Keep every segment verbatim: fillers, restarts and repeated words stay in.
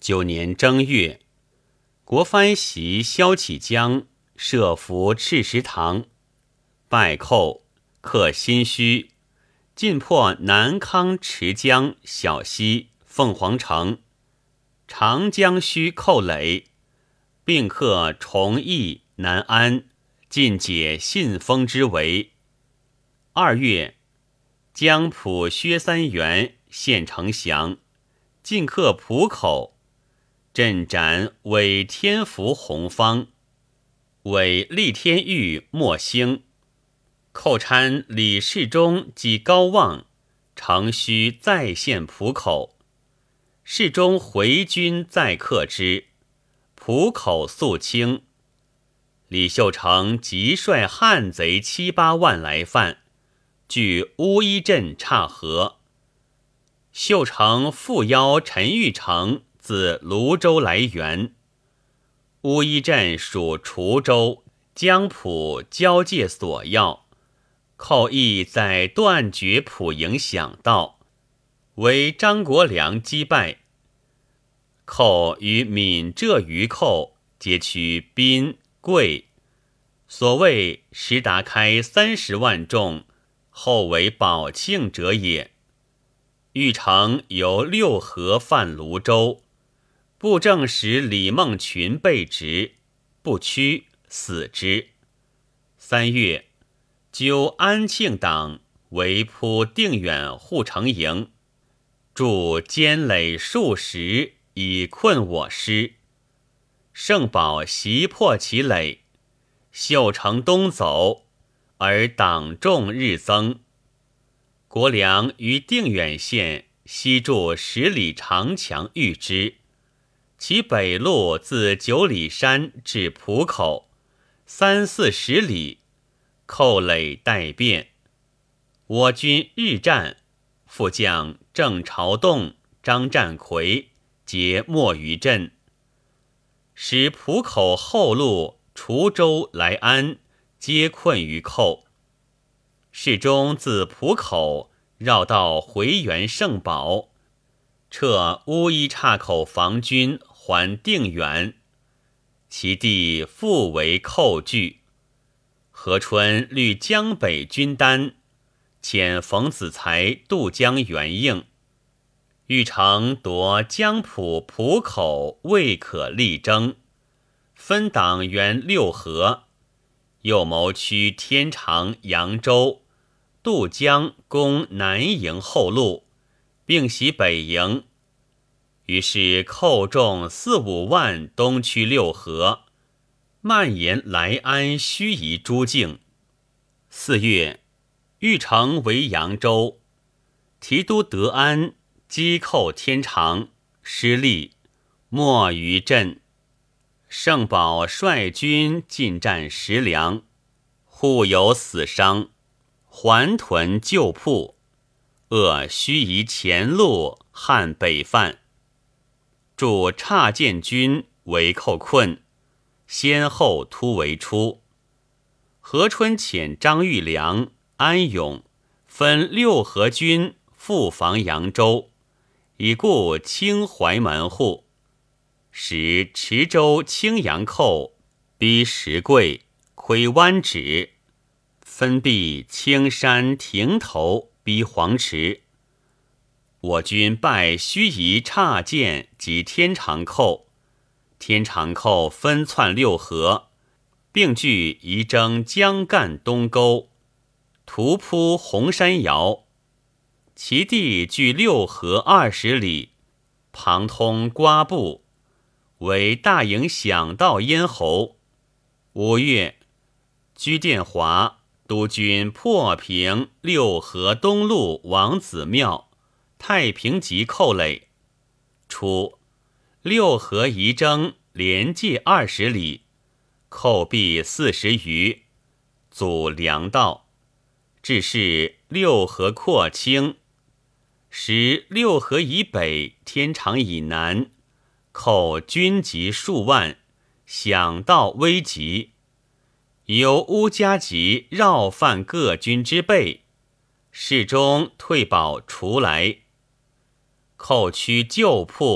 九年正月，国藩袭萧启江，设伏赤石堂，败寇，克新墟，进破南康、池江、小溪、凤凰城，长江须寇垒，并克崇义、南安，尽解信封之围。二月，江浦薛三元献城降，进克浦口，镇斩伪天福弘方，伪立天玉莫兴，寇参李世忠及高望，乘虚再陷浦口，世忠回军再克之，浦口肃清。李秀成即率汉贼七八万来犯，据乌衣镇岔河。秀成复邀陈玉成自泸州来援。乌衣镇属滁州、江浦交界所要，寇亦在断绝浦营响道，为张国良击败。寇与闽浙余寇皆取滨、桂，所谓实达开三十万众，后为保庆者也。玉成由六合犯泸州，布政使李孟群被执，不屈，死之。三月，纠安庆党围扑定远护城营，筑坚垒数十，以困我师。圣保袭破其垒，秀成东走，而党众日增。国良于定远县西筑十里长墙御之，其北路自九里山至浦口，三四十里，寇垒待变。我军日战，副将郑朝栋、张占奎皆没于阵，使浦口后路滁州、来安皆困于寇。世忠自浦口绕道回援圣保，撤乌衣岔口防军还定远，其地复为寇据。何春率江北军单，遣冯子材渡江援应。玉成夺江浦浦口未可力争，分党援六合，又谋驱天长、扬州，渡江攻南营后路，并袭北营。于是寇众四五万东驱六合，蔓延来安、盱眙诸境。四月，玉成为扬州，提督德安击寇天长，失利，没于阵。圣保率军进占石梁，互有死伤，还屯旧铺，扼盱眙前路，汉北犯。驻岔建军为寇困，先后突围出。何春遣张玉良、安永分六合军复防扬州，以固清淮门户，使池州青阳寇逼石桂、窥湾止，分避青山、亭头，逼黄池。我军败盱眙岔建及天长寇，天长寇分窜六合，并据宜征江干东沟，突扑红山窑。其地距六合二十里，旁通瓜埠，为大营响道咽喉。五月，居殿华督军破平六合东路王子庙、太平集寇垒。初，六合宜征连界二十里，寇壁四十余，阻粮道，致是六合扩清。时六合以北，天长以南，寇军籍数万，响道危急。由乌家集绕犯各军之备，世忠退保滁来。寇驱旧铺，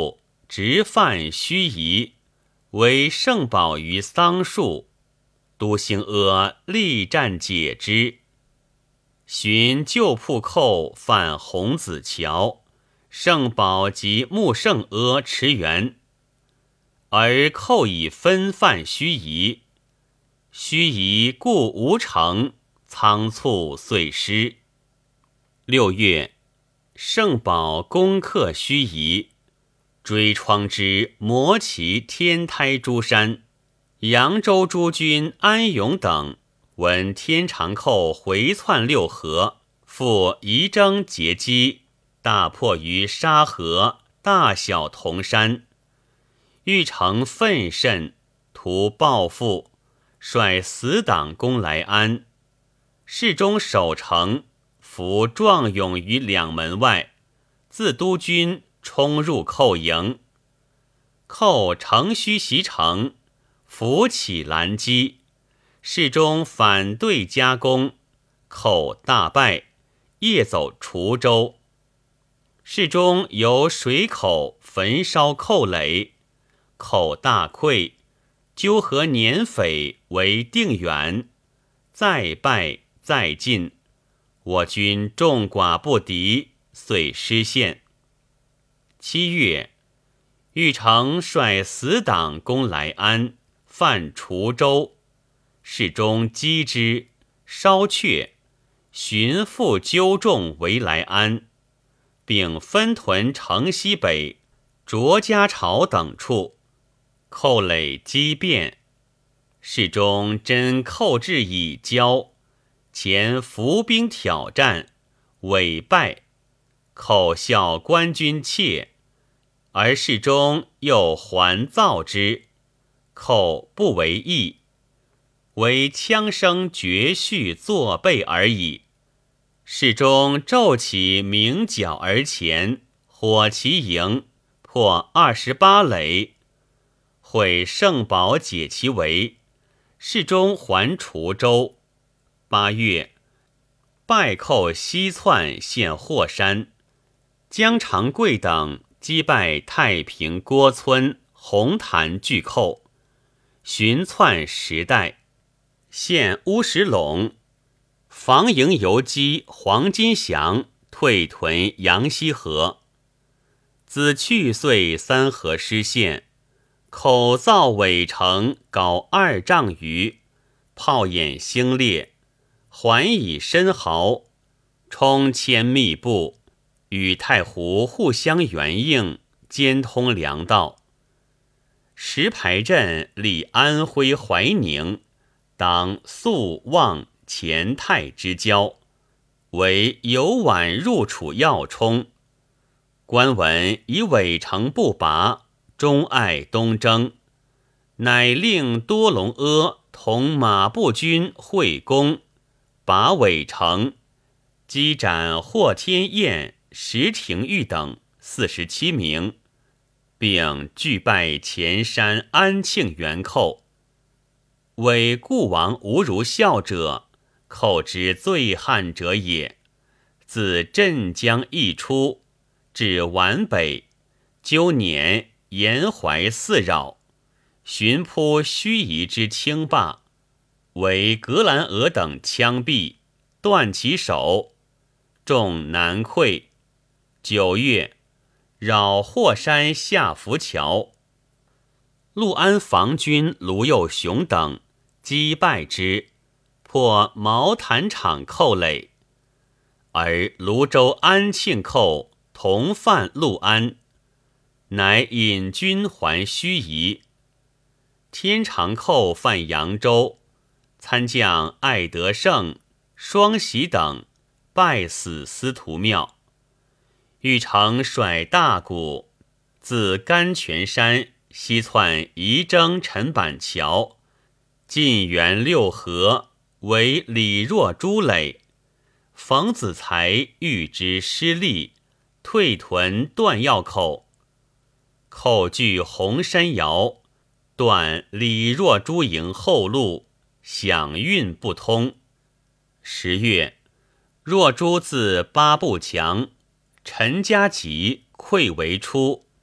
直犯盱眙，为圣保于桑树。都兴阿力战解之。寻旧铺寇犯洪子桥，圣保及穆圣阿驰援，而寇以分犯盱眙。盱眙故无成，仓促遂失。六月，圣保攻克盱眙，追疮之摩骑天台诸山。扬州诸军安勇等闻天长寇回窜六合，复移征截击，大破于沙河、大小同山。欲成愤甚，图报复，率死党攻来安。侍中守城，伏壮勇于两门外，自督军冲入寇营。寇乘虚袭城，扶起拦击，侍中反对加攻，寇大败，夜走滁州。侍中由水口焚烧寇垒，寇大溃，纠合年匪为定远，再败再进，我军众寡不敌，遂失陷。七月，玉成率死党攻来安，犯滁州，侍中击之，烧却，寻复纠众围来安，并分屯城西北、卓家巢等处，寇垒激变。侍中真寇至已交，前伏兵挑战，委败，寇效官军怯，而侍中又还造之，寇不为意，为枪声绝续作备而已。侍中骤起鸣角而前，火其营，破二十八垒，会圣保解其围。侍中还滁州。八月，败寇西窜陷霍山，江长贵等击败太平郭村、红潭巨寇，寻窜时代，陷乌石陇。防营游击黄金祥退屯阳西河。子去岁三河失陷，口造尾城高二丈余，炮眼星列，环以深壕，冲牵密布，与太湖互相援应，兼通粮道。石牌镇立安徽怀宁，当肃望前泰之交，为由皖入楚要冲。官闻以尾城不拔，钟爱东征，乃令多隆阿同马步军会攻，拔尾城，击斩霍天彦、石廷玉等四十七名，并拒败前山安庆元寇。为故王无如孝者，寇之最悍者也。自镇江一出，至皖北，纠年沿淮四绕，寻扑盱眙之轻霸，为格兰俄等枪毙，断其手，众南溃。九月，扰霍山下浮桥，陆安防军卢佑雄等击败之，破毛坦场寇垒。而泸州安庆寇同犯陆安，乃引军还盱眙。天长寇犯扬州，参将艾德胜、双喜等败死司徒庙。玉成率大股自甘泉山西窜宜征陈板桥，进援六合，为李若诸垒。冯子材遇之失利，退屯断药口。寇据红山窑，断李若诸营后路，响运不通。十月，若诸自八步强，陈家集溃为出，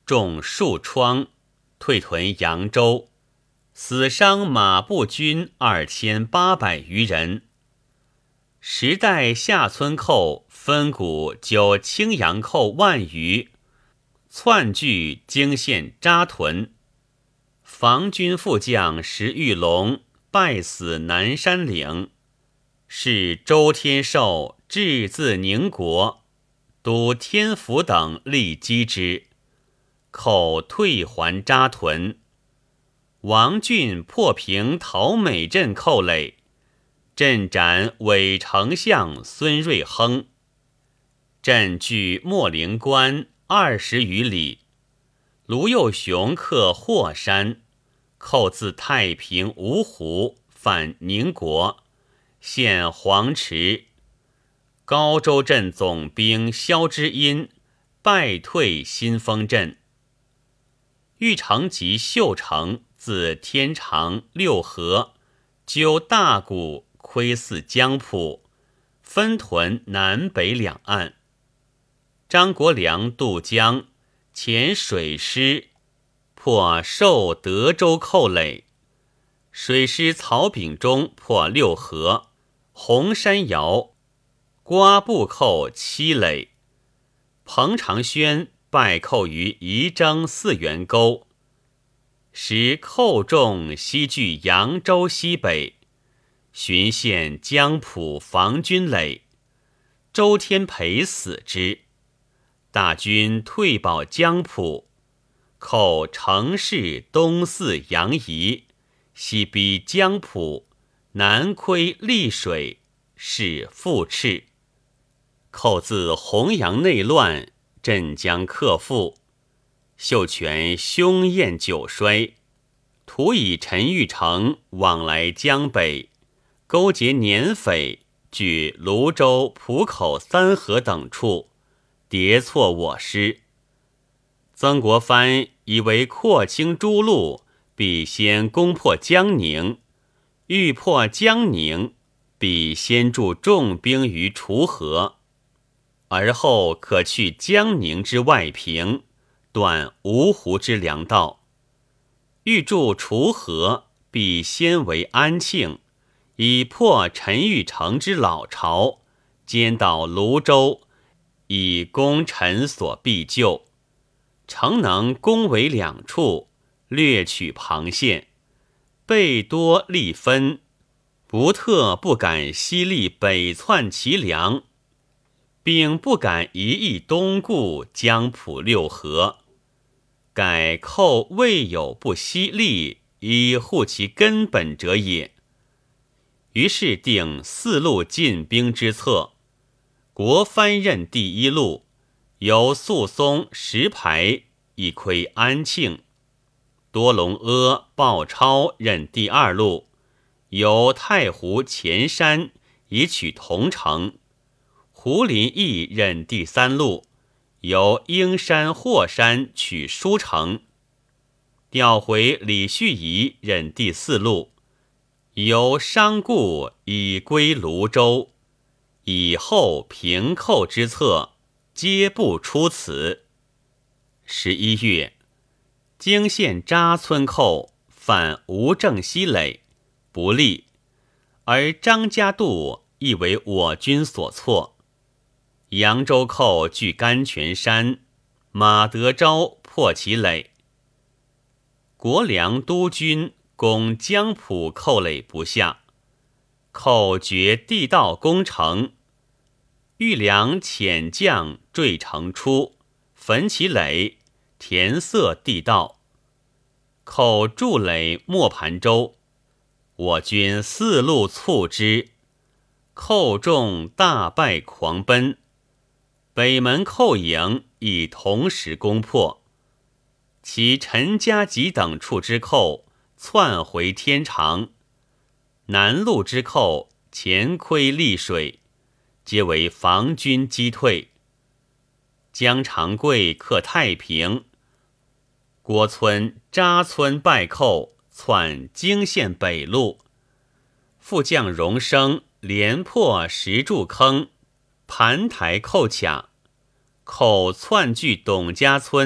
中数疮，退屯扬州，死伤马步军二千八百余人。时代下村寇分谷就青阳寇万余，窜据泾县扎屯。防军副将石玉龙败死南山岭，是周天寿至自宁国，督天府等力击之，寇退还扎屯。王俊破平陶美镇寇垒，镇斩伪丞相孙瑞亨。镇距秣陵关二十余里。卢佑雄克霍山，寇自太平芜湖反宁国，陷黄池。高州镇总兵萧知殷败退新丰镇。玉成及秀成自天长六合，纠大谷窥伺江浦，分屯南北两岸。张国良渡江，遣水师破受德州寇垒。水师曹秉忠破六合、红山窑、瓜埠寇七垒。彭长轩败寇于仪征四元沟。时寇众西据扬州西北，巡县江浦防军垒。周天培死之。大军退保江浦，寇乘势东四杨仪，西逼江浦，南窥溧水，是复斥。寇自洪阳内乱，镇江克复。秀全凶焰久衰，徒以陈玉成往来江北，勾结年匪，据泸州、浦口三河等处，迭挫我师。曾国藩以为扩清诸路，必先攻破江宁，欲破江宁，必先驻重兵于锄禾，而后可去江宁之外平，断芜湖之粮道。欲驻锄禾，必先为安庆，以破陈玉成之老巢，兼到泸州，以攻陈所必救。诚能攻为两处，略取庞县，备多力分，不特不敢西力北窜其粮，并不敢一意东顾江浦六合，改寇未有不犀利，以护其根本者也。于是定四路进兵之策。国藩任第一路，由肃松、石牌以窥安庆；多隆阿、鲍超任第二路，由太湖、前山以取桐城；胡林翼任第三路，由英山、霍山取舒城；调回李旭仪任第四路，由商固以归泸州。以后平寇之策，皆不出此。十一月，泾县扎村寇犯吴正西垒，不利，而张家渡亦为我军所挫。扬州寇据甘泉山，马德昭破其垒。国良督军攻江浦寇垒不下，寇绝地道攻城。玉良遣将坠城出，焚其垒，填塞地道。寇筑垒磨盘州，我军四路促之，寇众大败狂奔。北门寇营亦同时攻破，其陈家集等处之寇窜回天长，南路之寇前窥溧水，皆为防军击退。江长贵克太平，郭村、扎村败寇，窜泾县北路。副将荣生连破石柱坑，盘台寇卡，寇窜据董家村，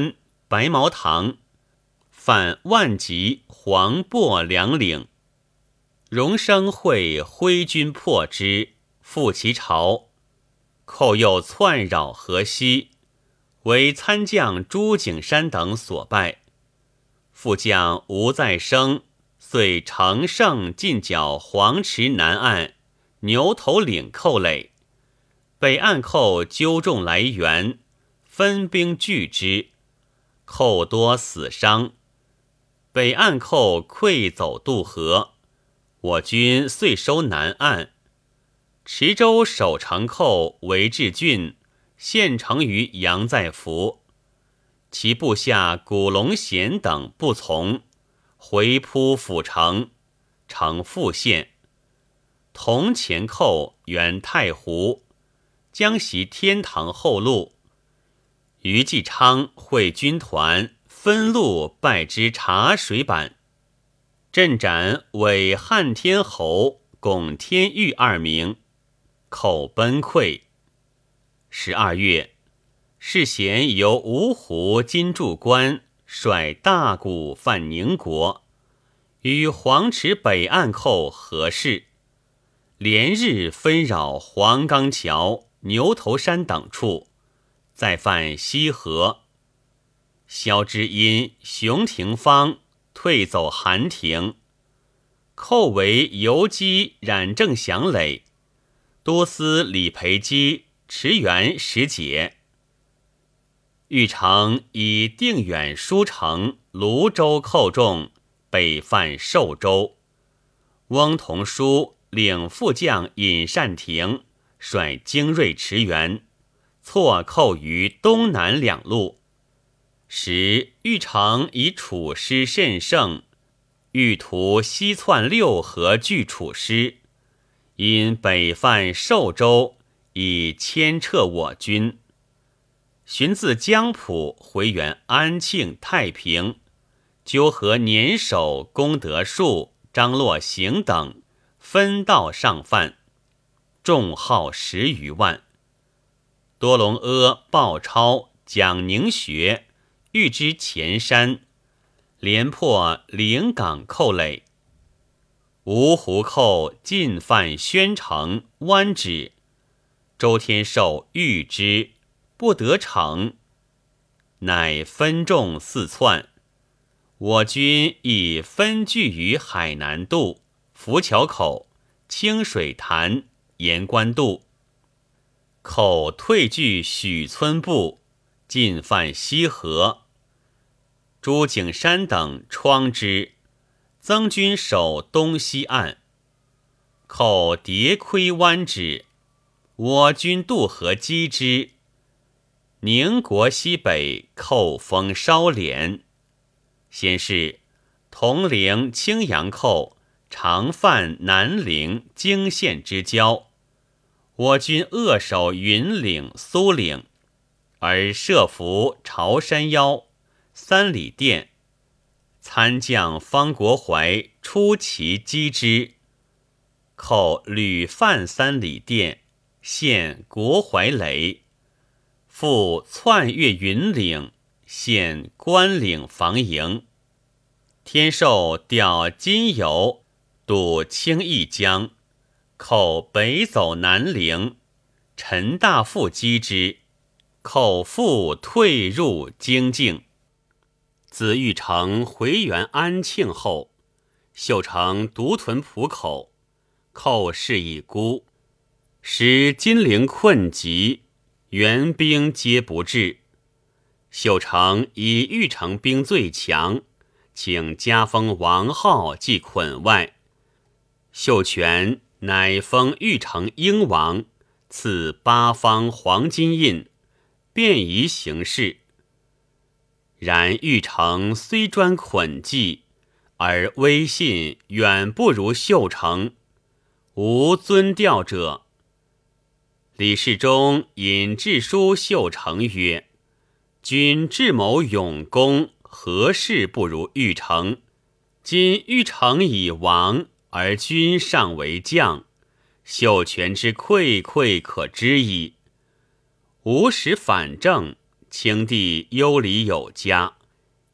白毛堂，犯万骑黄渤两岭。荣生会挥军破之，复其巢。寇又窜扰河西，为参将朱景山等所败。副将吴再生遂乘胜进剿黄池南岸牛头岭寇垒，北岸寇纠众来援，分兵拒之，寇多死伤。北岸寇溃走渡河，我军遂收南岸。池州守城寇韦志俊献城于杨再福，其部下古龙贤等不从，回扑府城，城复陷。铜钱寇援太湖，将袭天堂后路。余继昌会军团分路败之茶水坂，阵斩伪汉天侯巩天玉二名，寇崩溃。十二月，世贤由芜湖金柱关率大股犯宁国，与黄池北岸寇合势，连日纷扰黄冈桥、牛头山等处，再犯西河。萧之因、熊廷芳退走韩亭，寇为游击冉正祥垒，都司李培基驰援使解。豫城以定远书城泸州寇众，北犯寿州。翁同书领副将尹善庭率精锐驰援，错寇于东南两路。时豫城以楚师甚盛，欲图西窜六合拒楚师，因北犯寿州，以牵掣我军。寻自江浦回援安庆、太平，纠合年守龚德树、张洛行等分道上犯，众号十余万。多隆阿、鲍超、蒋宁学欲知前山，连破临港寇垒。芜湖寇进犯宣城、湾止，周天寿遇之，不得逞，乃分众四窜。我军亦分据于海南渡、浮桥口、清水潭、盐官渡。寇退据许村部，进犯西河。朱景山等疮之，曾军守东西岸。寇迭窥湾止，我军渡河击之。宁国西北寇封稍敛。先是铜陵、青阳寇常犯南陵、泾县之交，我军扼守云岭、苏岭，而设伏朝山腰、三里店。参将方国怀出奇击之，寇屡犯三里店，陷国怀垒，复窜越云岭，陷关岭防营。天寿调金游渡清义江，寇北走南陵，陈大富击之，寇复退入京境。自豫城回援安庆后，秀成独屯浦口，寇势已孤，使金陵困急，援兵皆不至。秀成以豫城兵最强，请加封王浩即捆外。秀全乃封豫城英王，赐八方黄金印，便宜行事。然豫城虽专捆骑，而威信远不如秀成，无尊调者。李世忠引致书秀成曰：君智谋勇功，何事不如豫城？今豫城已亡，而君尚为将，秀全之愧愧可知矣。吾使反正，卿弟优礼有加，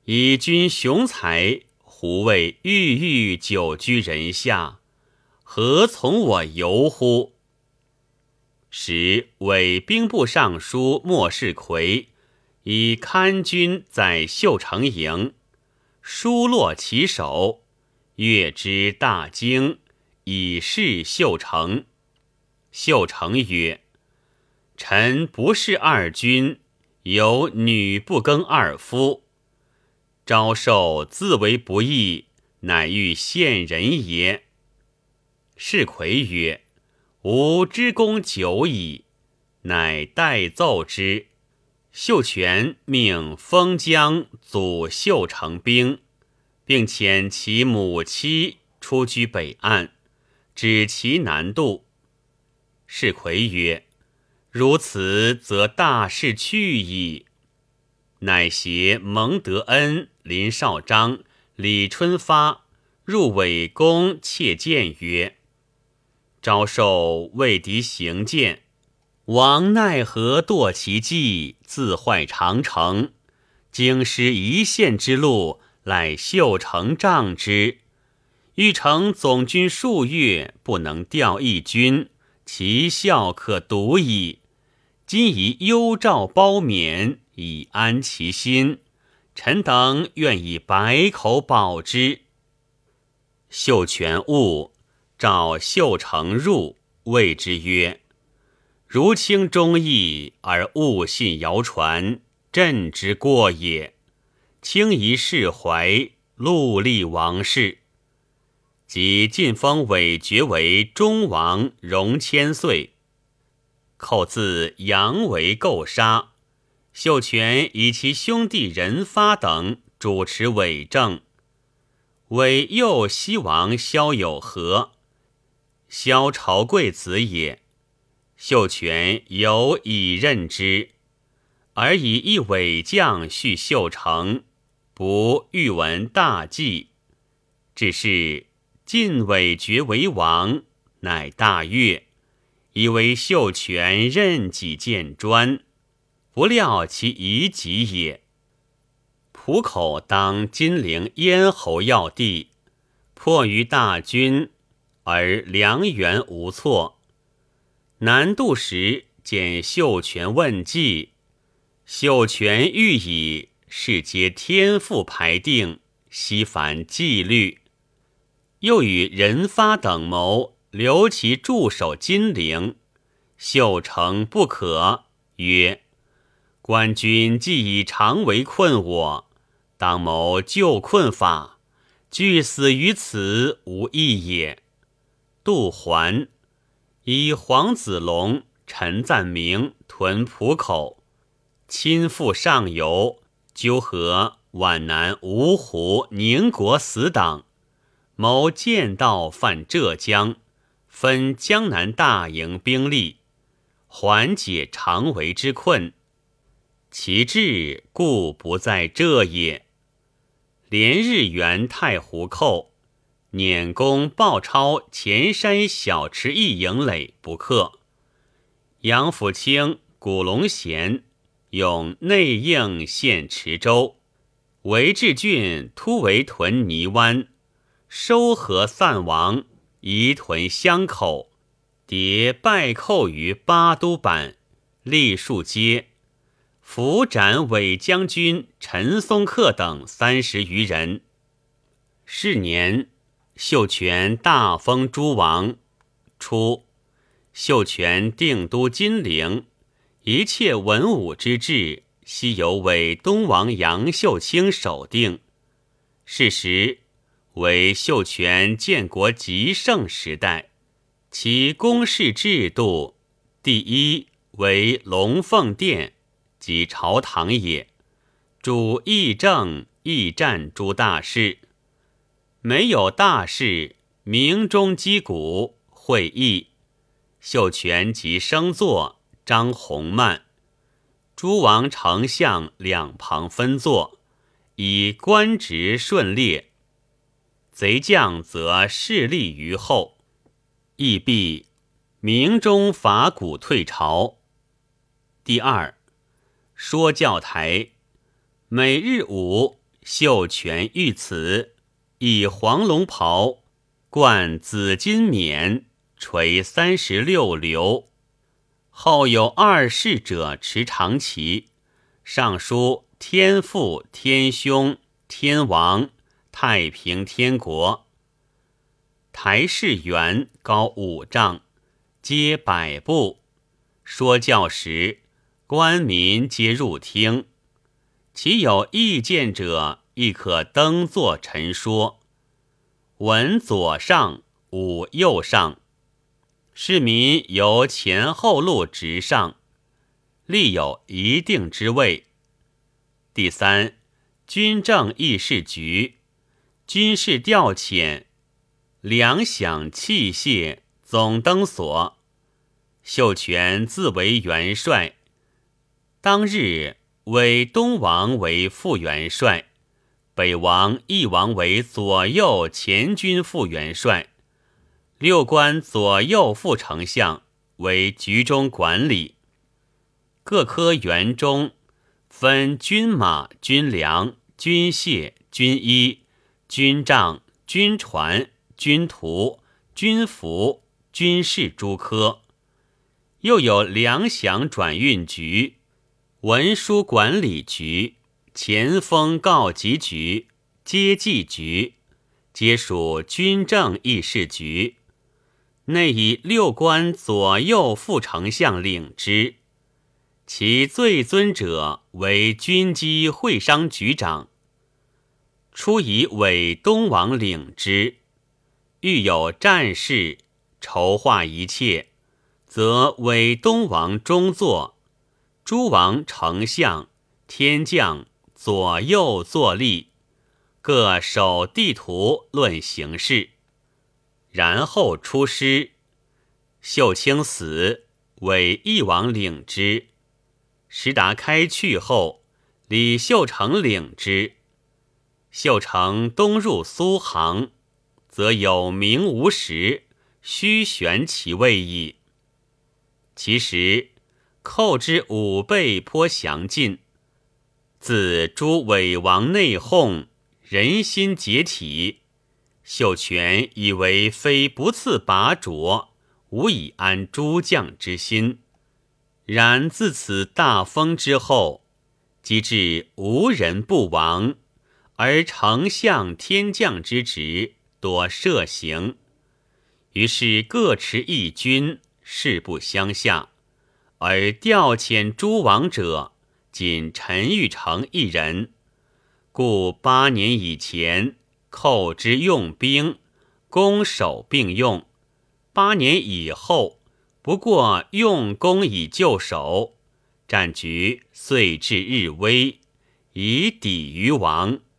以君雄才，胡为郁郁久居人下？何从我游乎？”时伪兵部尚书莫世奎以看军在绣城营，书落其手，阅之大惊，以示绣城。绣城曰：“臣不是二君，有女不更二夫，招受自为不义，乃欲陷人也。”世奎曰：“吾知公久矣。”乃代奏之。秀全命封疆阻绣城兵，并遣其母妻出居北岸，指其南渡。世奎曰：“如此，则大势去矣。”乃携蒙德恩、林绍章、李春发入伪宫切谏曰：“招受为敌行谏，王奈何堕其计，自坏长城？京师一线之路，赖绣城障之。欲成总军数月，不能调一军，其效可独矣。今宜幽诏褒免，以安其心。臣等愿以百口保之。”秀全悟，召绣城入，谓之曰：“如卿忠义，而误信谣传，朕之过也。卿宜释怀，戮力王室。”即晋封韦爵为中王，荣千岁。寇自阳为构杀，秀全以其兄弟任发等主持伪政。伪右西王萧有和，萧朝贵子也。秀全有以任之，而以一伪将续绣城，不欲闻大计。只是晋伪爵为王，乃大悦，以为秀全任己见专，不料其遗己也。浦口当金陵咽喉要地，迫于大军，而粮源无措。南渡时，见秀全问计，秀全欲以是皆天赋排定，悉凡纪律。又与任发等谋，留其驻守金陵。秀成不可，曰：“官军既以常为困我，当谋救困法，俱死于此，无益也。”杜还，以黄子龙、陈赞明屯浦口，亲赴上游，纠合皖南芜湖、宁国死党，谋剑道犯浙江，分江南大营兵力，缓解常为之困。其志故不在这也。连日援太湖寇，辇攻鲍超前山小池一营垒不克。杨辅清、古龙贤用内应陷池州，韦志俊突围屯泥湾，收合散亡，移屯湘口，迭败寇于八都坂、栗树街，伏斩伪将军陈松克等三十余人。是年，秀全大封诸王。初，秀全定都金陵，一切文武之治，悉由伪东王杨秀清守定。是时，为秀全建国极盛时代，其公事制度，第一为龙凤殿，即朝堂也，主议政、议战诸大事。没有大事，鸣钟击鼓，会议。秀全即升座，张弘曼。诸王丞相两旁分坐，以官职顺列。贼将则势力于后。议毕，鸣钟伐鼓退朝。第二，说教台，每日午秀全遇此，以黄龙袍冠紫金冕，垂三十六流。后有二侍者持长旗，上书天父、天兄、天王、太平天国。台式圆高五丈，皆百步。说教时，官民皆入听。其有意见者，亦可登座陈说。文左上，武右上。市民由前后路直上，立有一定之位。第三，军政议事局，军事调遣，粮饷器械总登所。秀全自为元帅，当日委东王为副元帅，北王、翼王为左右前军副元帅，六官左右副丞相为局中管理。各科员中分军马、军粮、军械、军衣、军帐、军船、军图、军服、军事诸科。又有粮饷转运局、文书管理局、前锋告急局、接济局，皆属军政议事局。内以六官左右副丞相领之，其最尊者为军机会商局长。初以伪东王领之，遇有战事，筹划一切，则伪东王中座，诸王丞相、天将左右坐立，各守地图论形势。然后出师，秀清死，伪翼王领之。石达开去后，李秀成领之。秀成东入苏杭，则有名无实，虚悬其位矣。其实寇之武备颇详尽，自诸伪王内讧，人心解体，秀全以为非不赐拔擢，无以安诸将之心。然自此大风之后，即至无人不亡，而丞相天将之职多设行，于是各持一军，势不相下，而调遣诸王者仅陈玉成一人。故八年以前，寇之用兵，攻守并用；八年以后，不过用攻以救守，战局遂至日微，以抵于亡。